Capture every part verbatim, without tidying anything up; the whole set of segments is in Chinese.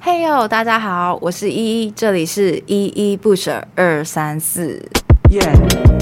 嘿呦，大家好，我是依依，这里是依依不舍二三四。 耶！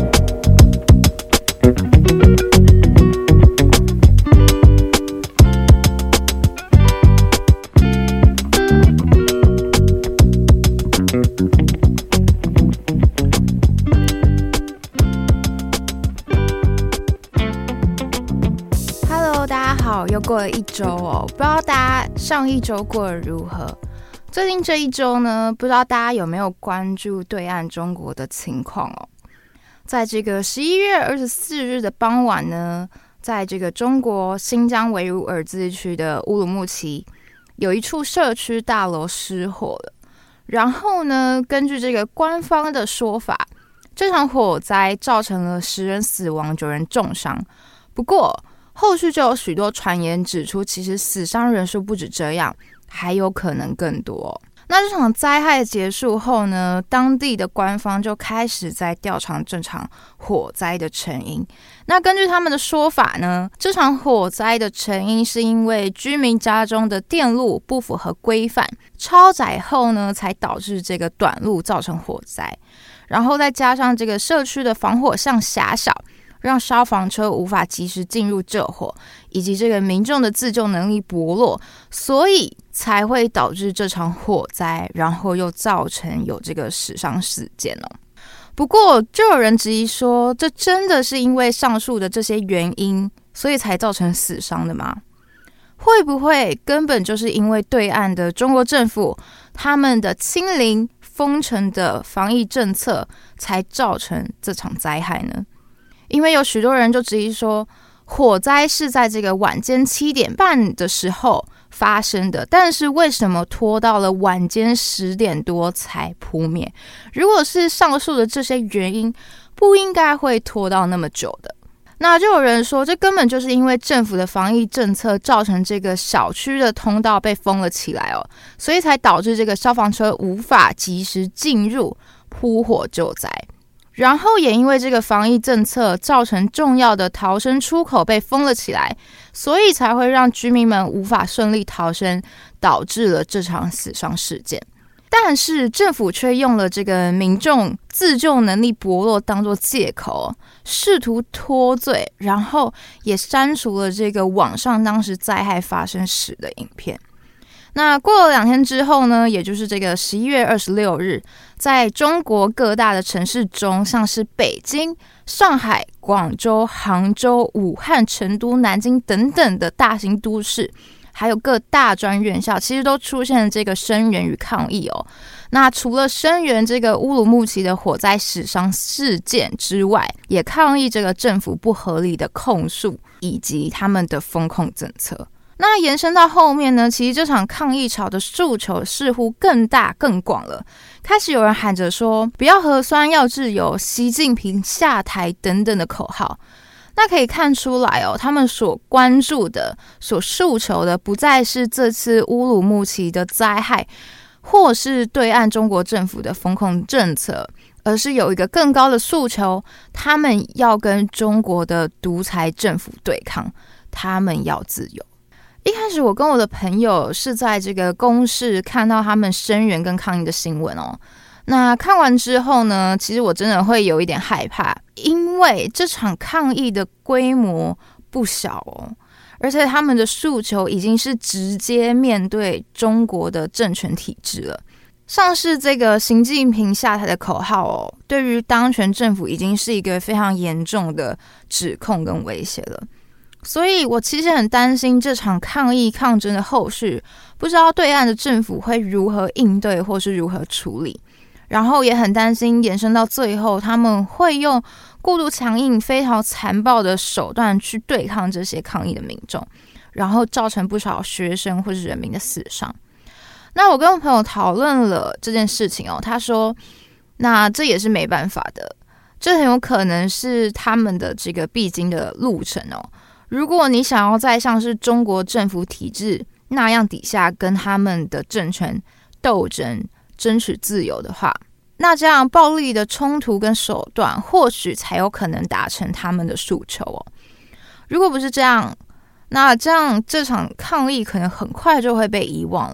大家好，又过了一周哦，不知道大家上一周过得如何？最近这一周呢，不知道大家有没有关注对岸中国的情况哦？在这个十一月二十四日的傍晚呢，在这个中国新疆维吾尔自治区的乌鲁木齐，有一处社区大楼失火了。然后呢，根据这个官方的说法，这场火灾造成了十人死亡，九人重伤。不过后续就有许多传言指出，其实死伤人数不止这样，还有可能更多。那这场灾害结束后呢，当地的官方就开始在调查这场火灾的成因。那根据他们的说法呢，这场火灾的成因是因为居民家中的电路不符合规范，超载后呢，才导致这个短路造成火灾。然后再加上这个社区的防火巷狭小，让消防车无法及时进入救火，以及这个民众的自救能力薄弱，所以才会导致这场火灾，然后又造成有这个死伤事件哦。不过，就有人质疑说，这真的是因为上述的这些原因，所以才造成死伤的吗？会不会根本就是因为对岸的中国政府他们的清零封城的防疫政策，才造成这场灾害呢？因为有许多人就质疑说，火灾是在这个晚间七点半的时候发生的，但是为什么拖到了晚间十点多才扑灭？如果是上述的这些原因，不应该会拖到那么久的。那就有人说，这根本就是因为政府的防疫政策造成这个小区的通道被封了起来哦，所以才导致这个消防车无法及时进入扑火救灾。然后也因为这个防疫政策造成重要的逃生出口被封了起来，所以才会让居民们无法顺利逃生，导致了这场死伤事件。但是政府却用了这个民众自救能力薄弱当作借口，试图脱罪，然后也删除了这个网上当时灾害发生时的影片。那过了两天之后呢，也就是这个十一月二十六日，在中国各大的城市中，像是北京、上海、广州、杭州、武汉、成都、南京等等的大型都市，还有各大专院校，其实都出现了这个声援与抗议哦。那除了声援这个乌鲁木齐的火灾死伤事件之外，也抗议这个政府不合理的控诉以及他们的封控政策。那延伸到后面呢，其实这场抗议潮的诉求似乎更大更广了，开始有人喊着说不要核酸要自由，习近平下台等等的口号。那可以看出来哦，他们所关注的所诉求的不再是这次乌鲁木齐的灾害，或是对岸中国政府的封控政策，而是有一个更高的诉求，他们要跟中国的独裁政府对抗，他们要自由。一开始我跟我的朋友是在这个公视看到他们声援跟抗议的新闻哦，那看完之后呢，其实我真的会有一点害怕，因为这场抗议的规模不小哦，而且他们的诉求已经是直接面对中国的政权体制了。像是这个习近平下台的口号哦，对于当权政府已经是一个非常严重的指控跟威胁了。所以我其实很担心这场抗议抗争的后续，不知道对岸的政府会如何应对或是如何处理，然后也很担心延伸到最后他们会用过度强硬非常残暴的手段去对抗这些抗议的民众，然后造成不少学生或是人民的死伤。那我跟我朋友讨论了这件事情哦，他说那这也是没办法的，这很有可能是他们的这个必经的路程哦。如果你想要在像是中国政府体制那样底下跟他们的政权斗争争取自由的话，那这样暴力的冲突跟手段或许才有可能达成他们的诉求哦。如果不是这样，那这样这场抗议可能很快就会被遗忘了，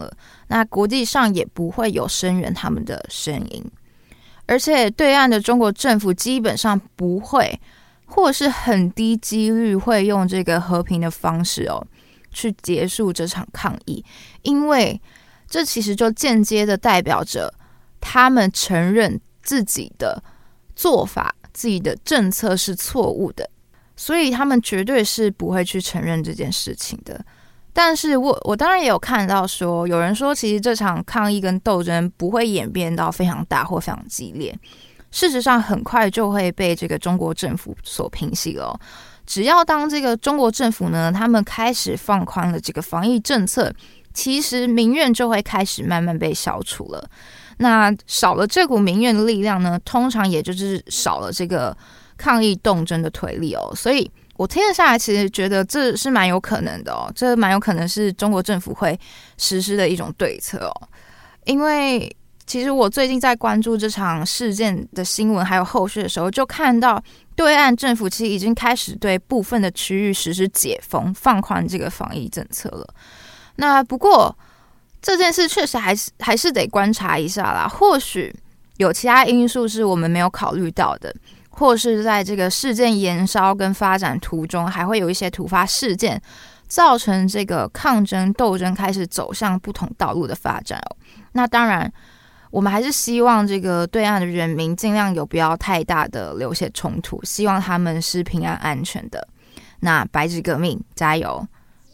那国际上也不会有声援他们的声音。而且对岸的中国政府基本上不会，或是很低几率会用这个和平的方式哦，去结束这场抗议，因为这其实就间接的代表着他们承认自己的做法、自己的政策是错误的，所以他们绝对是不会去承认这件事情的。但是我我当然也有看到说，有人说其实这场抗议跟斗争不会演变到非常大或非常激烈，事实上很快就会被这个中国政府所平息了哦。只要当这个中国政府呢，他们开始放宽了这个防疫政策，其实民怨就会开始慢慢被消除了。那少了这股民怨的力量呢，通常也就是少了这个抗议斗争的推力哦。所以我听了下来，其实觉得这是蛮有可能的哦，这蛮有可能是中国政府会实施的一种对策哦。因为其实我最近在关注这场事件的新闻还有后续的时候，就看到对岸政府其实已经开始对部分的区域实施解封，放宽这个防疫政策了。那不过这件事确实还是还是得观察一下啦，或许有其他因素是我们没有考虑到的，或是在这个事件延烧跟发展途中，还会有一些突发事件，造成这个抗争斗争开始走向不同道路的发展哦。那当然，我们还是希望这个对岸的人民尽量有不要太大的流血冲突，希望他们是平安安全的。那白纸革命，加油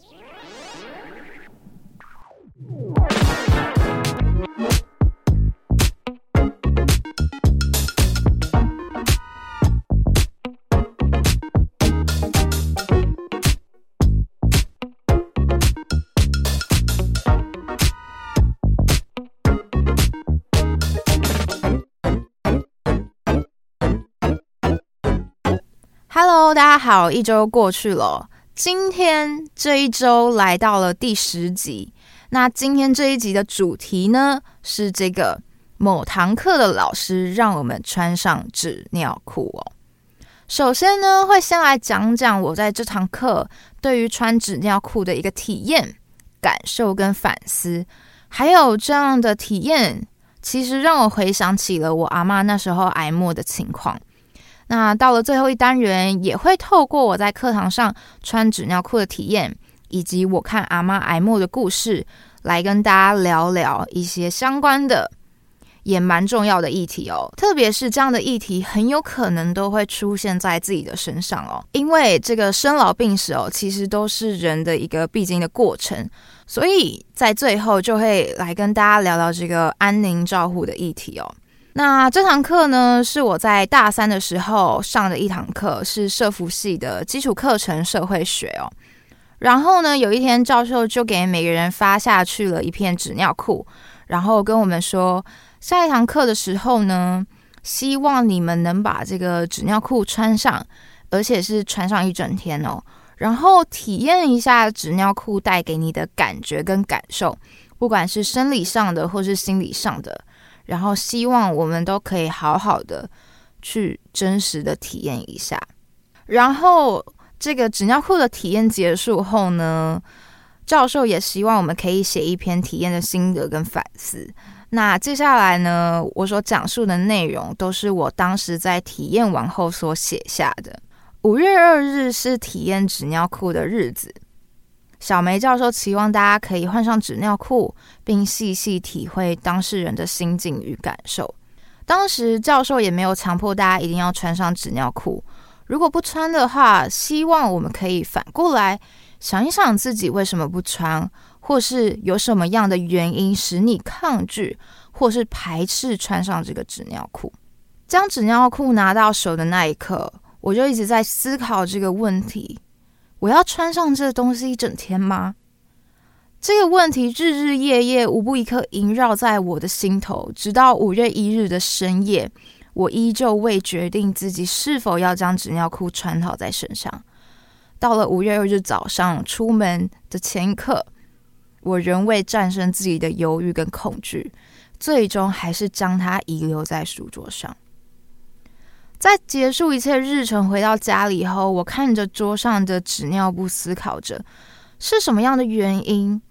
！Hello， 大家好，一周过去了，今天这一周来到了第十集。那今天这一集的主题呢，是这个某堂课的老师让我们穿上纸尿裤哦。首先呢，会先来讲讲我在这堂课对于穿纸尿裤的一个体验、感受跟反思，还有这样的体验，其实让我回想起了我阿嬷那时候癌末的情况。那到了最后一单元，也会透过我在课堂上穿纸尿裤的体验，以及我看阿嬷癌末的故事，来跟大家聊聊一些相关的也蛮重要的议题哦。特别是这样的议题很有可能都会出现在自己的身上哦，因为这个生老病死哦，其实都是人的一个必经的过程，所以在最后就会来跟大家聊聊这个安宁照护的议题哦。那这堂课呢，是我在大三的时候上的一堂课，是社福系的基础课程社会学哦。然后呢，有一天教授就给每个人发下去了一片纸尿裤，然后跟我们说，下一堂课的时候呢，希望你们能把这个纸尿裤穿上，而且是穿上一整天哦，然后体验一下纸尿裤带给你的感觉跟感受，不管是生理上的或是心理上的。然后希望我们都可以好好的去真实的体验一下。然后这个纸尿裤的体验结束后呢，教授也希望我们可以写一篇体验的心得跟反思。那接下来呢，我所讲述的内容都是我当时在体验完后所写下的。五月二日是体验纸尿裤的日子，小梅教授期望大家可以换上纸尿裤，并细细体会当事人的心境与感受。当时教授也没有强迫大家一定要穿上纸尿裤，如果不穿的话，希望我们可以反过来想一想自己为什么不穿，或是有什么样的原因使你抗拒或是排斥穿上这个纸尿裤。将纸尿裤拿到手的那一刻，我就一直在思考这个问题，我要穿上这个东西一整天吗？这个问题日日夜夜无不一刻萦绕在我的心头，直到五月一日的深夜，我依旧未决定自己是否要将纸尿裤穿好在身上。到了五月二日早上出门的前一刻，我仍未战胜自己的犹豫跟恐惧，最终还是将它遗留在书桌上。在结束一切日程回到家里后，我看着桌上的纸尿布，思考着是什么样的原因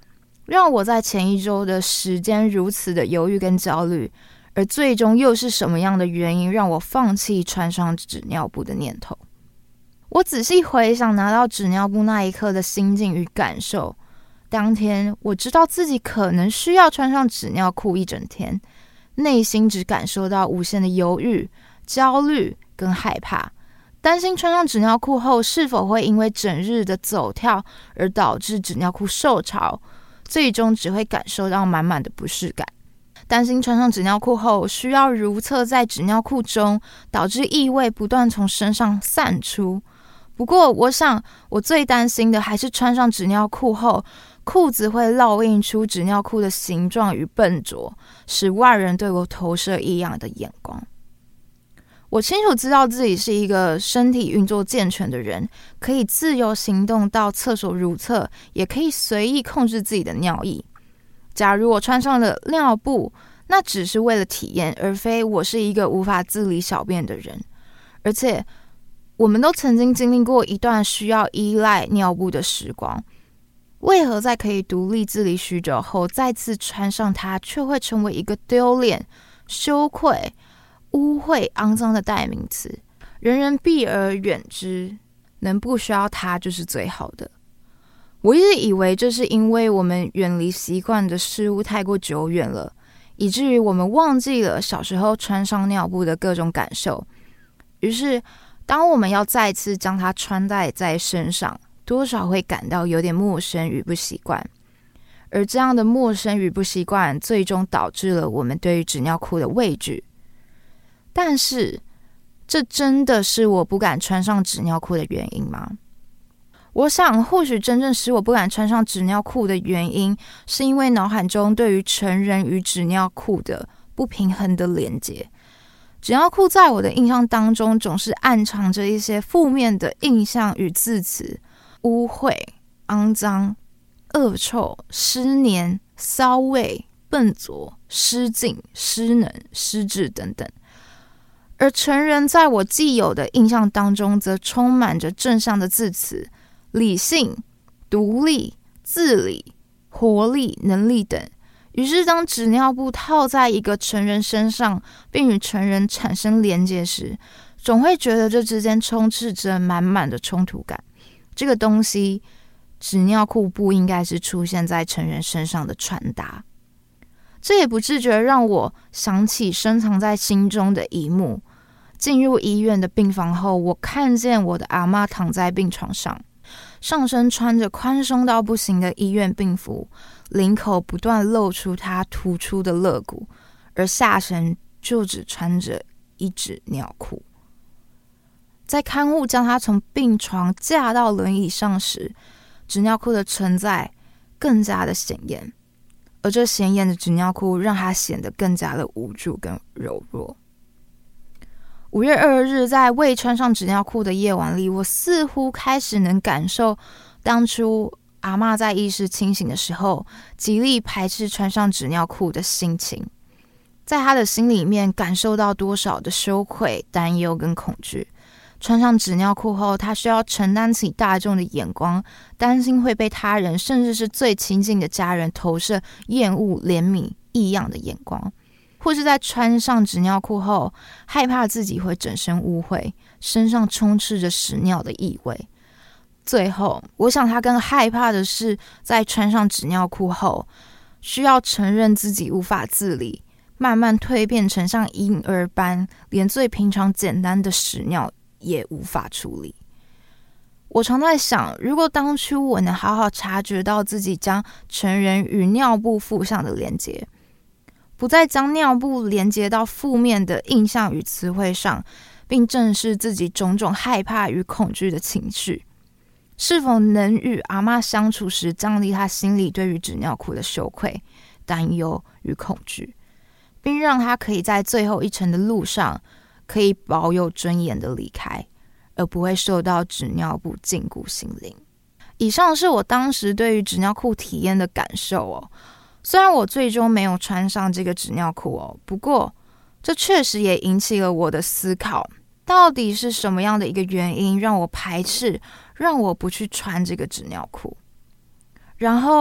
让我在前一周的时间如此的犹豫跟焦虑，而最终又是什么样的原因让我放弃穿上纸尿布的念头？我仔细回想拿到纸尿布那一刻的心境与感受。当天我知道自己可能需要穿上纸尿裤一整天，内心只感受到无限的犹豫、焦虑跟害怕，担心穿上纸尿裤后是否会因为整日的走跳而导致纸尿裤受潮，最终只会感受到满满的不适感。担心穿上纸尿裤后需要如厕在纸尿裤中，导致异味不断从身上散出。不过我想我最担心的还是穿上纸尿裤后，裤子会烙印出纸尿裤的形状与笨拙，使外人对我投射异样的眼光。我清楚知道自己是一个身体运作健全的人，可以自由行动到厕所如厕，也可以随意控制自己的尿液。假如我穿上了尿布，那只是为了体验，而非我是一个无法自理小便的人。而且我们都曾经经历过一段需要依赖尿布的时光，为何在可以独立自理许久后，再次穿上它，却会成为一个丢脸、羞愧、污秽、肮脏的代名词？人人避而远之，能不需要它就是最好的。我一直以为这是因为我们远离习惯的事物太过久远了，以至于我们忘记了小时候穿上尿布的各种感受。于是当我们要再次将它穿戴在身上，多少会感到有点陌生与不习惯。而这样的陌生与不习惯，最终导致了我们对于纸尿裤的畏惧。但是这真的是我不敢穿上纸尿裤的原因吗？我想或许真正使我不敢穿上纸尿裤的原因，是因为脑海中对于成人与纸尿裤的不平衡的连结。纸尿裤在我的印象当中总是暗藏着一些负面的印象与字词，污秽、肮脏、恶臭、湿黏、骚味、笨拙、失敬、失能、失智等等。而成人在我既有的印象当中，则充满着正向的字词，理性、独立、自理、活力、能力等。于是当纸尿布套在一个成人身上，并与成人产生连结时，总会觉得这之间充斥着满满的冲突感。这个东西，纸尿裤不应该是出现在成人身上的穿搭。这也不自觉让我想起深藏在心中的一幕。进入医院的病房后，我看见我的阿嬷躺在病床上，上身穿着宽松到不行的医院病服，领口不断露出她突出的肋骨，而下身就只穿着一纸尿裤。在看护将她从病床架到轮椅上时，纸尿裤的存在更加的显眼，而这显眼的纸尿裤让她显得更加的无助跟柔弱。五月二日，在未穿上纸尿裤的夜晚里，我似乎开始能感受当初阿嬷在意识清醒的时候，极力排斥穿上纸尿裤的心情。在她的心里面，感受到多少的羞愧、担忧跟恐惧。穿上纸尿裤后，她需要承担起大众的眼光，担心会被他人，甚至是最亲近的家人投射厌恶、怜悯、异样的眼光。或是在穿上纸尿裤后，害怕自己会整身污秽，身上充斥着屎尿的异味。最后，我想他更害怕的是，在穿上纸尿裤后，需要承认自己无法自理，慢慢蜕变成像婴儿般，连最平常简单的屎尿也无法处理。我常在想，如果当初我能好好察觉到自己将成人与尿布负向的连结，不再将尿布连接到负面的印象与词汇上，并正视自己种种害怕与恐惧的情绪，是否能与阿嬷相处时降低她心里对于纸尿裤的羞愧、担忧与恐惧，并让她可以在最后一程的路上可以保有尊严的离开，而不会受到纸尿布禁锢心灵。以上是我当时对于纸尿裤体验的感受哦。虽然我最终没有穿上这个纸尿裤哦，不过这确实也引起了我的思考，到底是什么样的一个原因让我排斥，让我不去穿这个纸尿裤？然后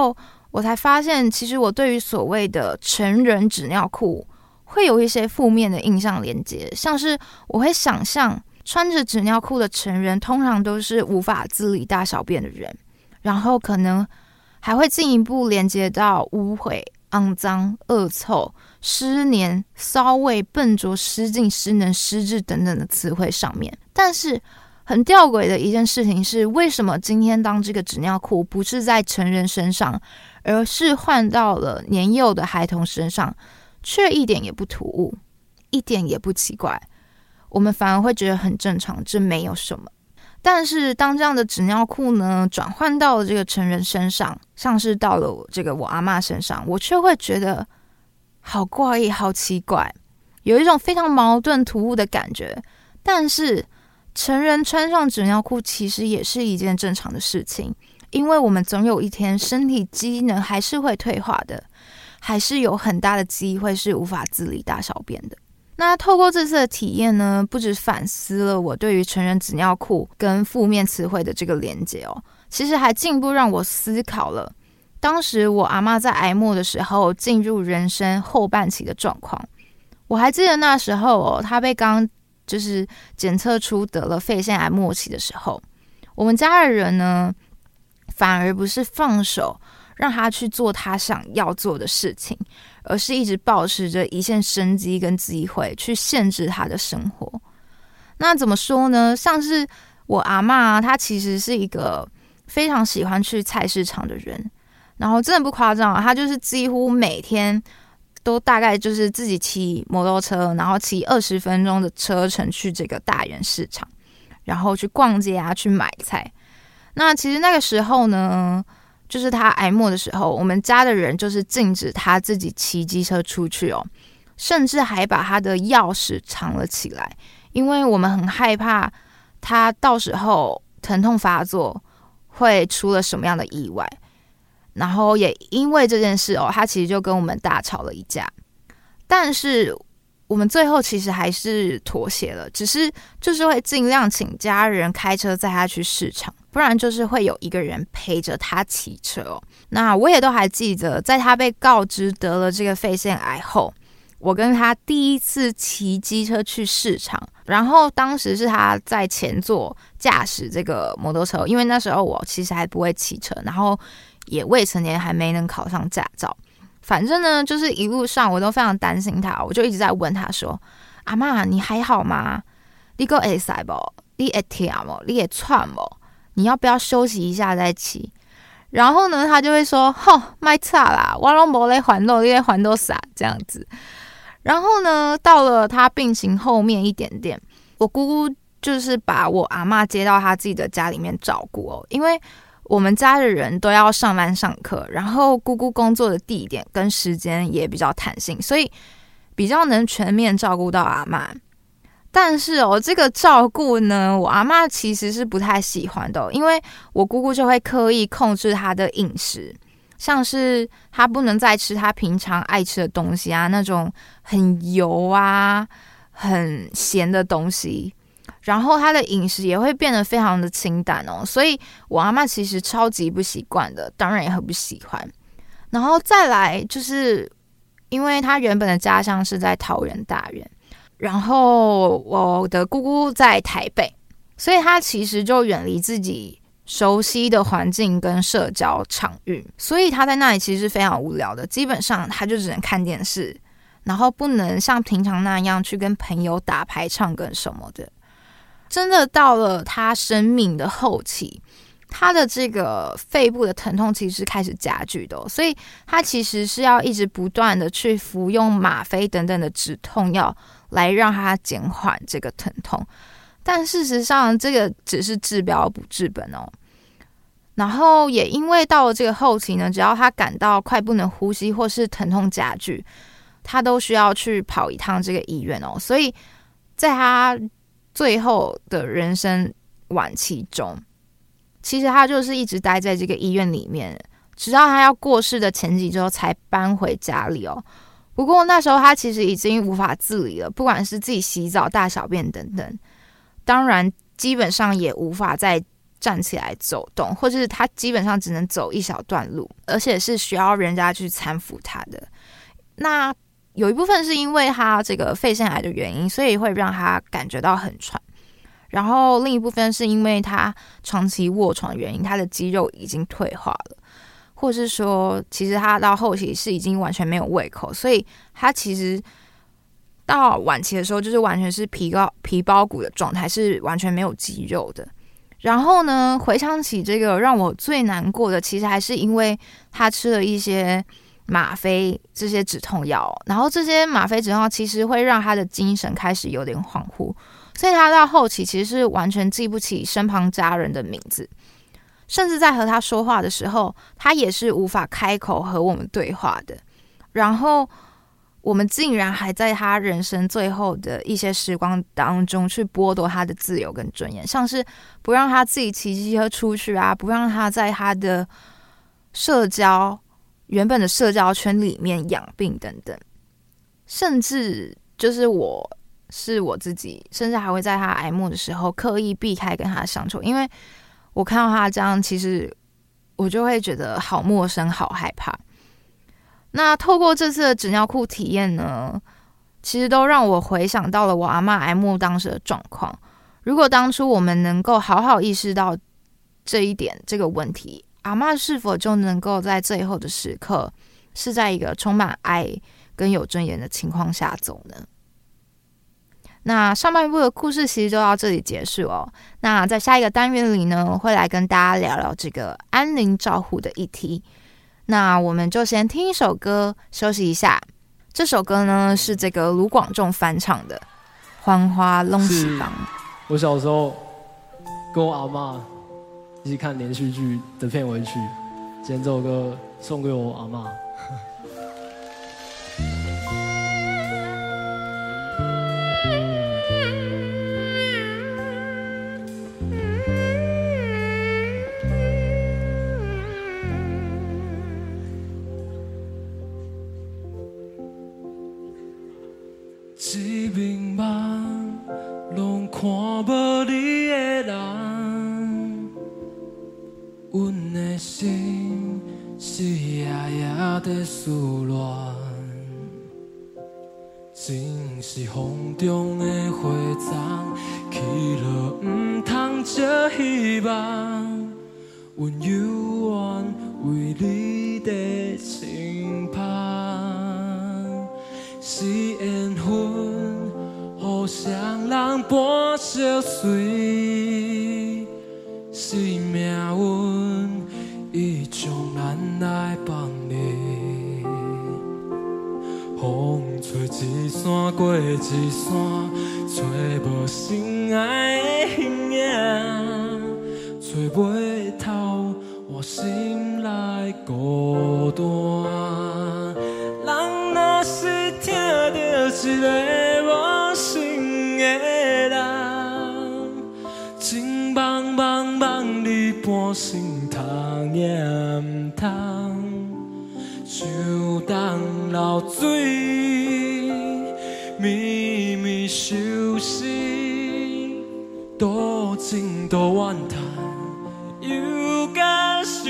我才发现，其实我对于所谓的成人纸尿裤会有一些负面的印象连接，像是我会想象穿着纸尿裤的成人通常都是无法自理大小便的人，然后可能还会进一步连接到污秽、肮脏、恶臭、湿黏、骚味、笨拙、失禁、失能、失智等等的词汇上面。但是很吊诡的一件事情是，为什么今天当这个纸尿裤不是在成人身上，而是换到了年幼的孩童身上，却一点也不突兀，一点也不奇怪，我们反而会觉得很正常，这没有什么。但是当这样的纸尿裤呢转换到了这个成人身上，像是到了我这个我阿嬷身上，我却会觉得好怪异、好奇怪，有一种非常矛盾突兀的感觉。但是成人穿上纸尿裤其实也是一件正常的事情，因为我们总有一天身体机能还是会退化的，还是有很大的机会是无法自理大小便的。那透过这次的体验呢，不只反思了我对于成人纸尿裤跟负面词汇的这个连结哦，其实还进一步让我思考了当时我阿嬷在癌末的时候进入人生后半期的状况。我还记得那时候哦，她被刚就是检测出得了肺腺癌末期的时候，我们家的人呢反而不是放手让他去做他想要做的事情，而是一直抱持着一线生机跟机会去限制他的生活。那怎么说呢？像是我阿嬷，她其实是一个非常喜欢去菜市场的人，然后真的不夸张啊，她就是几乎每天都大概就是自己骑摩托车，然后骑二十分钟的车程去这个大园市场，然后去逛街啊，去买菜。那其实那个时候呢，就是他癌末的时候，我们家的人就是禁止他自己骑机车出去哦，甚至还把他的钥匙藏了起来，因为我们很害怕他到时候疼痛发作会出了什么样的意外。然后也因为这件事哦，他其实就跟我们大吵了一架，但是我们最后其实还是妥协了，只是就是会尽量请家人开车载他去市场，不然就是会有一个人陪着他骑车哦。那我也都还记得，在他被告知得了这个肺腺癌后，我跟他第一次骑机车去市场，然后当时是他在前座驾驶这个摩托车，因为那时候我其实还不会骑车，然后也未成年，还没能考上驾照。反正呢，就是一路上我都非常担心他，我就一直在问他说：“阿嬷，你还好吗？你还会骑不？你会痛吗？你会喘吗？你要不要休息一下再骑？”然后呢，他就会说：“吼，别吵啦，我都没在还路，你在还路啥？”这样子。然后呢，到了他病情后面一点点，我姑姑就是把我阿嬷接到她自己的家里面照顾哦，因为我们家的人都要上班上课，然后姑姑工作的地点跟时间也比较弹性，所以比较能全面照顾到阿嬷。但是哦，这个照顾呢，我阿嬷其实是不太喜欢的哦，因为我姑姑就会刻意控制她的饮食，像是她不能再吃她平常爱吃的东西啊，那种很油啊、很咸的东西。然后他的饮食也会变得非常的清淡哦，所以我阿嬷其实超级不习惯的，当然也很不喜欢。然后再来就是因为他原本的家乡是在桃园大园，然后我的姑姑在台北，所以他其实就远离自己熟悉的环境跟社交场域，所以他在那里其实是非常无聊的，基本上他就只能看电视，然后不能像平常那样去跟朋友打牌唱歌什么的。真的到了他生命的后期，他的这个肺部的疼痛其实是开始加剧的哦，所以他其实是要一直不断的去服用吗啡等等的止痛药来让他减缓这个疼痛。但事实上这个只是治标不治本哦。然后也因为到了这个后期呢，只要他感到快不能呼吸或是疼痛加剧，他都需要去跑一趟这个医院哦。所以在他最后的人生晚期中，其实他就是一直待在这个医院里面，直到他要过世的前几周才搬回家里哦。不过那时候他其实已经无法自理了，不管是自己洗澡、大小便等等，当然基本上也无法再站起来走动，或者是他基本上只能走一小段路，而且是需要人家去搀扶他的。那有一部分是因为他这个肺腺癌的原因，所以会让他感觉到很喘。然后另一部分是因为他长期卧床的原因，他的肌肉已经退化了，或是说其实他到后期是已经完全没有胃口，所以他其实到晚期的时候就是完全是皮包皮包骨的状态，是完全没有肌肉的。然后呢，回想起这个让我最难过的，其实还是因为他吃了一些吗啡这些止痛药，然后这些吗啡止痛药其实会让他的精神开始有点恍惚，所以他到后期其实是完全记不起身旁家人的名字，甚至在和他说话的时候，他也是无法开口和我们对话的。然后我们竟然还在他人生最后的一些时光当中去剥夺他的自由跟尊严，像是不让他自己骑机车出去啊，不让他在他的社交原本的社交圈里面养病等等，甚至就是我是我自己，甚至还会在他癌末的时候刻意避开跟他相处，因为我看到他这样，其实我就会觉得好陌生好害怕。那透过这次的纸尿裤体验呢，其实都让我回想到了我阿嬷癌末当时的状况。如果当初我们能够好好意识到这一点这个问题，阿嬷是否就能够在最后的时刻是在一个充满爱跟有尊严的情况下走呢？那上半部的故事其实就到这里结束哦。那在下一个单元里呢，我会来跟大家聊聊这个安宁照护的议题。那我们就先听一首歌休息一下。这首歌呢是这个卢广仲翻唱的《欢花拢是房》。 我小时候跟我阿嬷一起看连续剧的片尾曲，今天这首歌送给我阿嬷。一面梦拢看无你的人，阮的心是夜夜在思恋，真是风中的花丛，去了唔通借希望，阮犹原为你在轻旁，是缘分，互相人伴相随，是命运，伊将咱来放离。风吹一山过一山，找无心爱的形影，找袂透我心内孤单。人若是听到一个无心的人，情茫茫茫你半生通也唔通，像东流水，绵绵相思，多情多怨叹，又甲想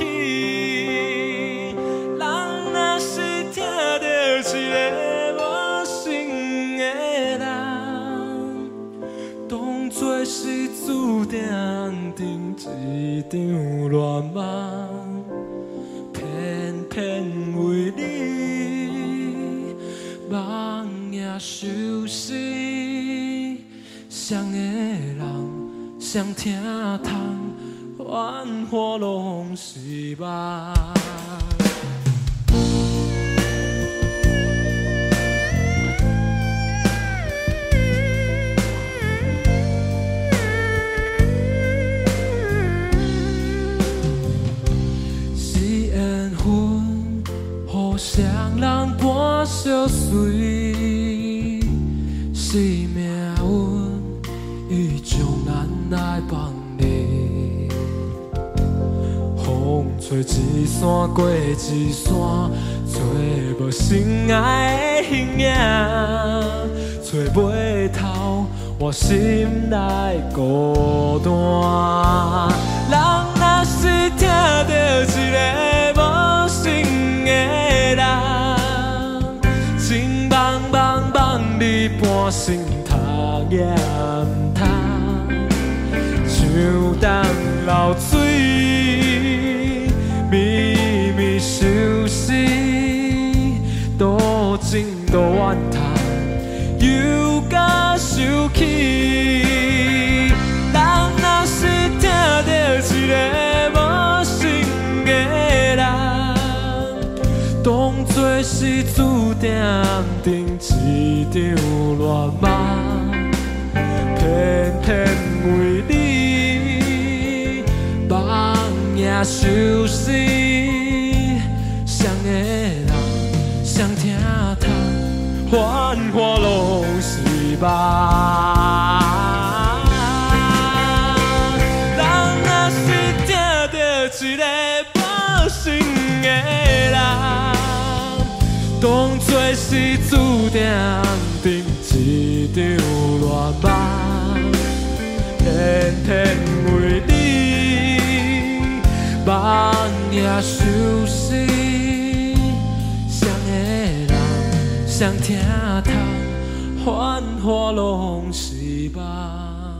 起。人若是听到一个无心的人，当作是注定定一场乱梦，偏偏为你梦也相思，谁的人谁听痛，繁华拢是梦。双人伴相随，是命运，伊将咱来放离。风吹一山过一山，找无心爱的形影，找袂透我心内孤单。人若是听到一个无心的人，情茫茫茫你半生读验他，像当流水，绵绵相思，多情多怨叹，又甲想起。人若是听到一个无心的人，当作是注定定一场乱梦，偏偏为你梦也相思。谁的人，谁听透，繁华拢是梦。人若是听到一个无心的人，当作是注定定一场乱梦，偏偏为你梦也相思。谁的人，谁听透，繁华拢是梦。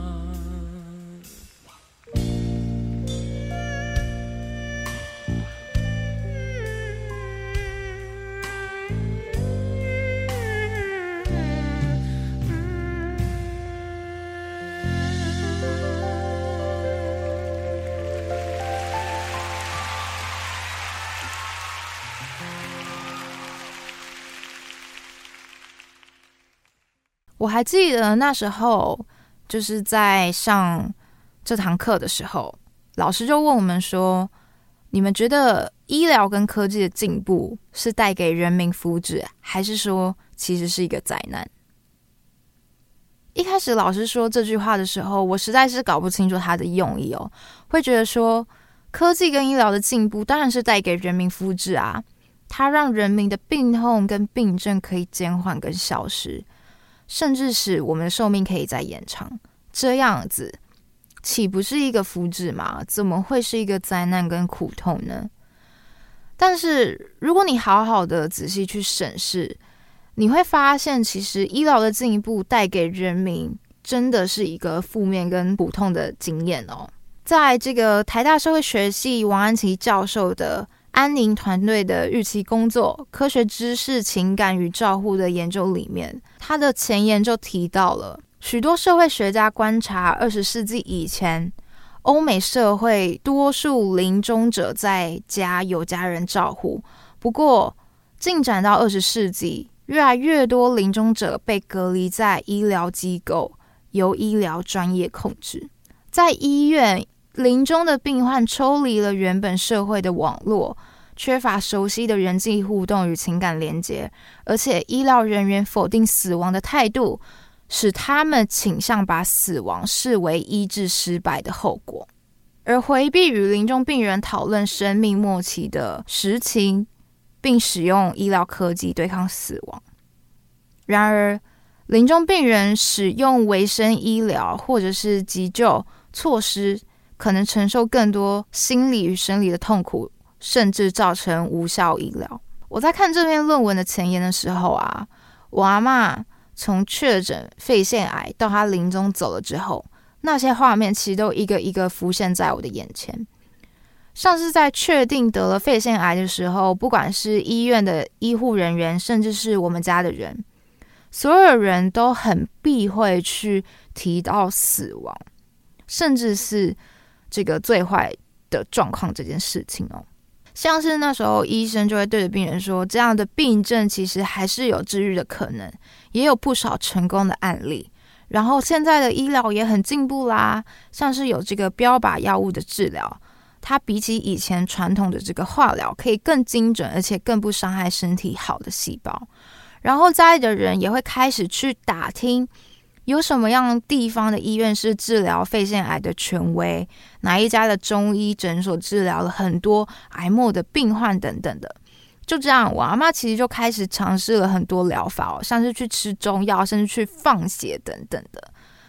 我还记得那时候就是在上这堂课的时候，老师就问我们说，你们觉得医疗跟科技的进步是带给人民福祉，还是说其实是一个灾难？一开始老师说这句话的时候，我实在是搞不清楚他的用意哦，会觉得说科技跟医疗的进步当然是带给人民福祉啊，它让人民的病痛跟病症可以减缓跟消失，甚至使我们的寿命可以再延长，这样子岂不是一个福祉吗？怎么会是一个灾难跟苦痛呢？但是如果你好好的仔细去审视，你会发现其实医疗的进步带给人民真的是一个负面跟苦痛的经验哦。在这个台大社会学系王安琪教授的安宁团队的预期工作、科学知识、情感与照护的研究里面，他的前言就提到了许多社会学家观察二十世纪以前欧美社会多数临终者在家有家人照护，不过进展到二十世纪，越来越多临终者被隔离在医疗机构，由医疗专业控制。在医院，临终的病患抽离了原本社会的网络，缺乏熟悉的人际互动与情感连结，而且医疗人员否定死亡的态度，使他们倾向把死亡视为医治失败的后果，而回避与临终病人讨论生命末期的实情，并使用医疗科技对抗死亡。然而，临终病人使用维生医疗或者是急救措施，可能承受更多心理与生理的痛苦，甚至造成无效医疗。我在看这篇论文的前言的时候啊，我阿嬷从确诊肺腺癌到她临终走了之后，那些画面其实都一个一个浮现在我的眼前。像是在确定得了肺腺癌的时候，不管是医院的医护人员，甚至是我们家的人，所有人都很避讳去提到死亡，甚至是这个最坏的状况这件事情哦。像是那时候医生就会对着病人说，这样的病症其实还是有治愈的可能，也有不少成功的案例。然后现在的医疗也很进步啦，像是有这个标靶药物的治疗，它比起以前传统的这个化疗可以更精准，而且更不伤害身体好的细胞。然后家里的人也会开始去打听有什么样地方的医院是治疗肺腺癌的权威，哪一家的中医诊所治疗了很多癌末的病患等等的。就这样，我阿嬷其实就开始尝试了很多疗法哦，像是去吃中药，甚至去放血等等的。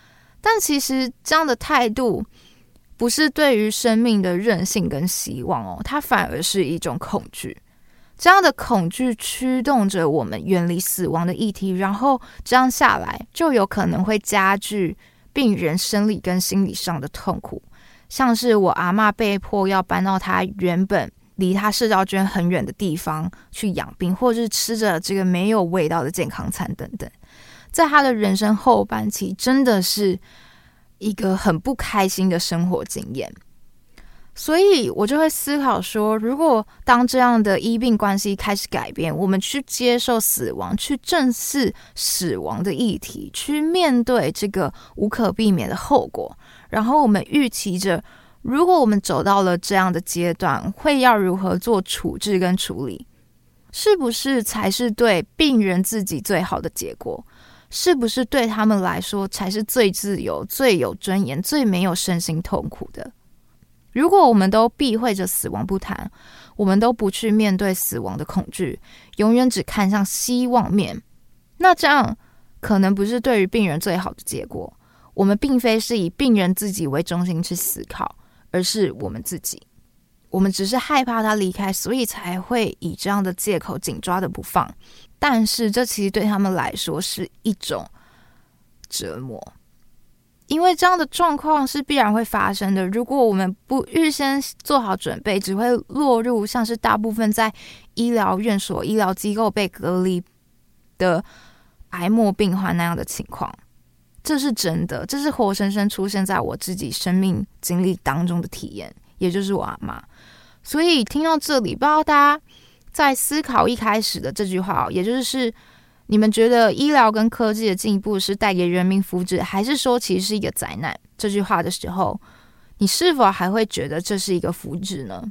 但其实这样的态度不是对于生命的韧性跟希望哦，它反而是一种恐惧。这样的恐惧驱动着我们远离死亡的议题，然后这样下来就有可能会加剧病人生理跟心理上的痛苦，像是我阿嬷被迫要搬到她原本离她社交圈很远的地方去养病，或是吃着这个没有味道的健康餐等等。在她的人生后半期，真的是一个很不开心的生活经验。所以我就会思考说，如果当这样的医病关系开始改变，我们去接受死亡，去正视死亡的议题，去面对这个无可避免的后果，然后我们预期着，如果我们走到了这样的阶段，会要如何做处置跟处理，是不是才是对病人自己最好的结果？是不是对他们来说才是最自由、最有尊严、最没有身心痛苦的？如果我们都避讳着死亡不谈，我们都不去面对死亡的恐惧，永远只看向希望面，那这样可能不是对于病人最好的结果。我们并非是以病人自己为中心去思考，而是我们自己。我们只是害怕他离开，所以才会以这样的借口紧抓的不放。但是这其实对他们来说是一种折磨。因为这样的状况是必然会发生的，如果我们不预先做好准备，只会落入像是大部分在医疗院所、医疗机构被隔离的癌末病患那样的情况。这是真的，这是活生生出现在我自己生命经历当中的体验，也就是我阿嬷。所以听到这里，不知道大家在思考一开始的这句话，也就是你们觉得医疗跟科技的进步是带给人民福祉，还是说其实是一个灾难？这句话的时候，你是否还会觉得这是一个福祉呢？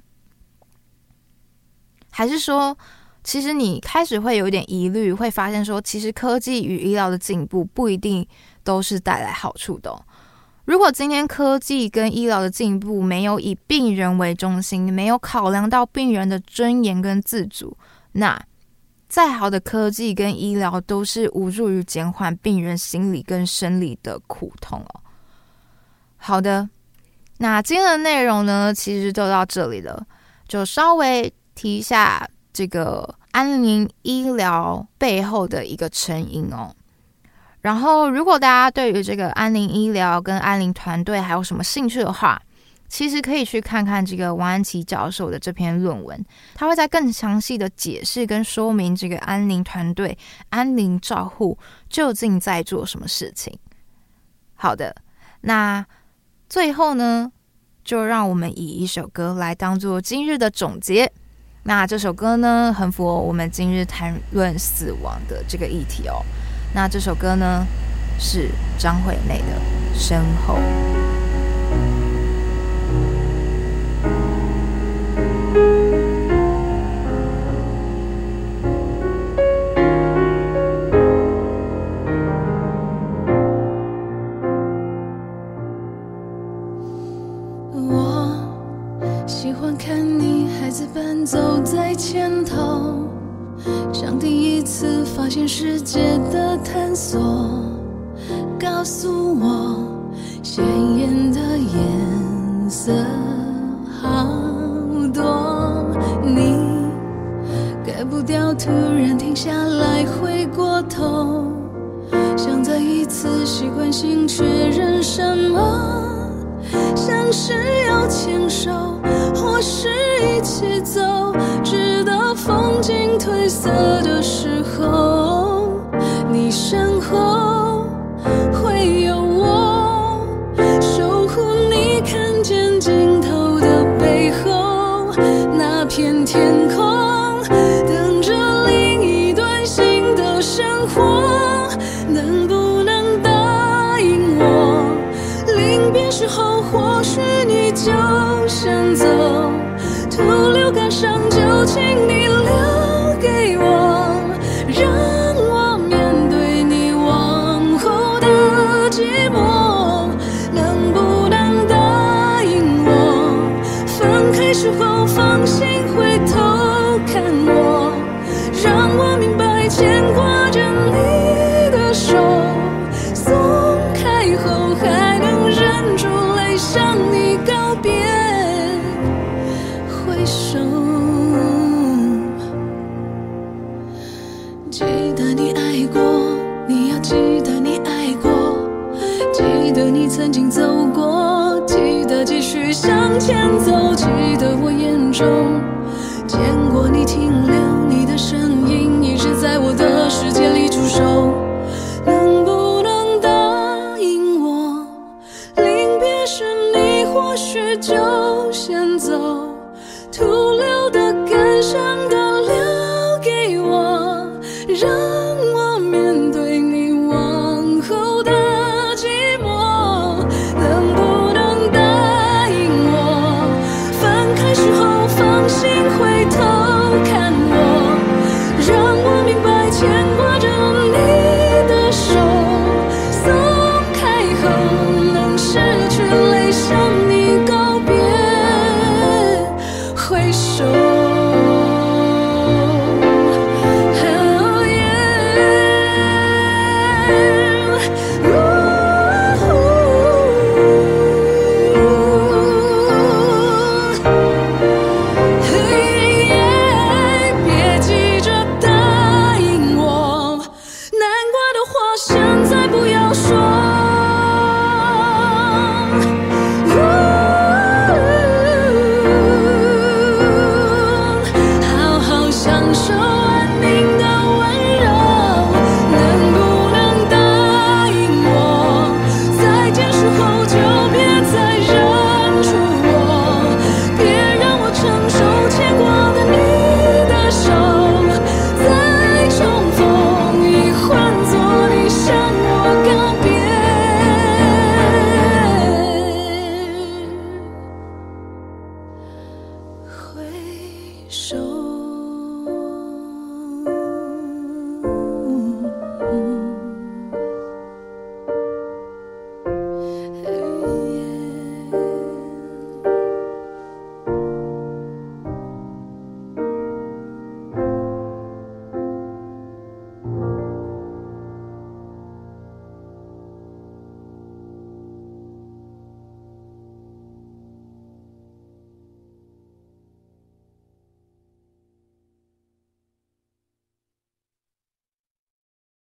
还是说，其实你开始会有点疑虑，会发现说，其实科技与医疗的进步不一定都是带来好处的哦。如果今天科技跟医疗的进步没有以病人为中心，没有考量到病人的尊严跟自主，那再好的科技跟医疗都是无助于减缓病人心理跟生理的苦痛哦。好的，那今天的内容呢，其实就到这里了，就稍微提一下这个安宁医疗背后的一个成因哦。然后，如果大家对于这个安宁医疗跟安宁团队还有什么兴趣的话，其实可以去看看这个王安琪教授的这篇论文，他会在更详细的解释跟说明这个安宁团队、安宁照护究竟在做什么事情。好的，那最后呢，就让我们以一首歌来当做今日的总结。那这首歌呢，很符合我们今日谈论死亡的这个议题哦。那这首歌呢，是张惠妹的《身后》。 喜欢看你孩子般走在前头，像第一次发现世界的探索，告诉我鲜艳的颜色好多，你改不掉突然停下来回过头，想再一次习惯性确认什么，像是要牵手或是一起走，直到风景褪色的时候，你身后会有我，守护你看见尽头的背后，那片天空等着另一段新的生活，能不能答应我，临别时候或许你就先走，徒留感伤就请你留给我，让我面对你往后的寂寞，能不能答应我，分开时候放心回头看我，让我明白牵挂着你的手，松开后还曾经走过，记得继续向前走，记得我眼中见过你停留，你的身影一直在我的世界里驻守。能不能答应我，临别时你或许就先走，徒留的感伤都留给我，让我面对你往后的寂寞。能不能答应我，分开时候放心回头看我，让我明白牵挂着你的手，松开后能失去泪，向你告别，挥手。Oh yeah.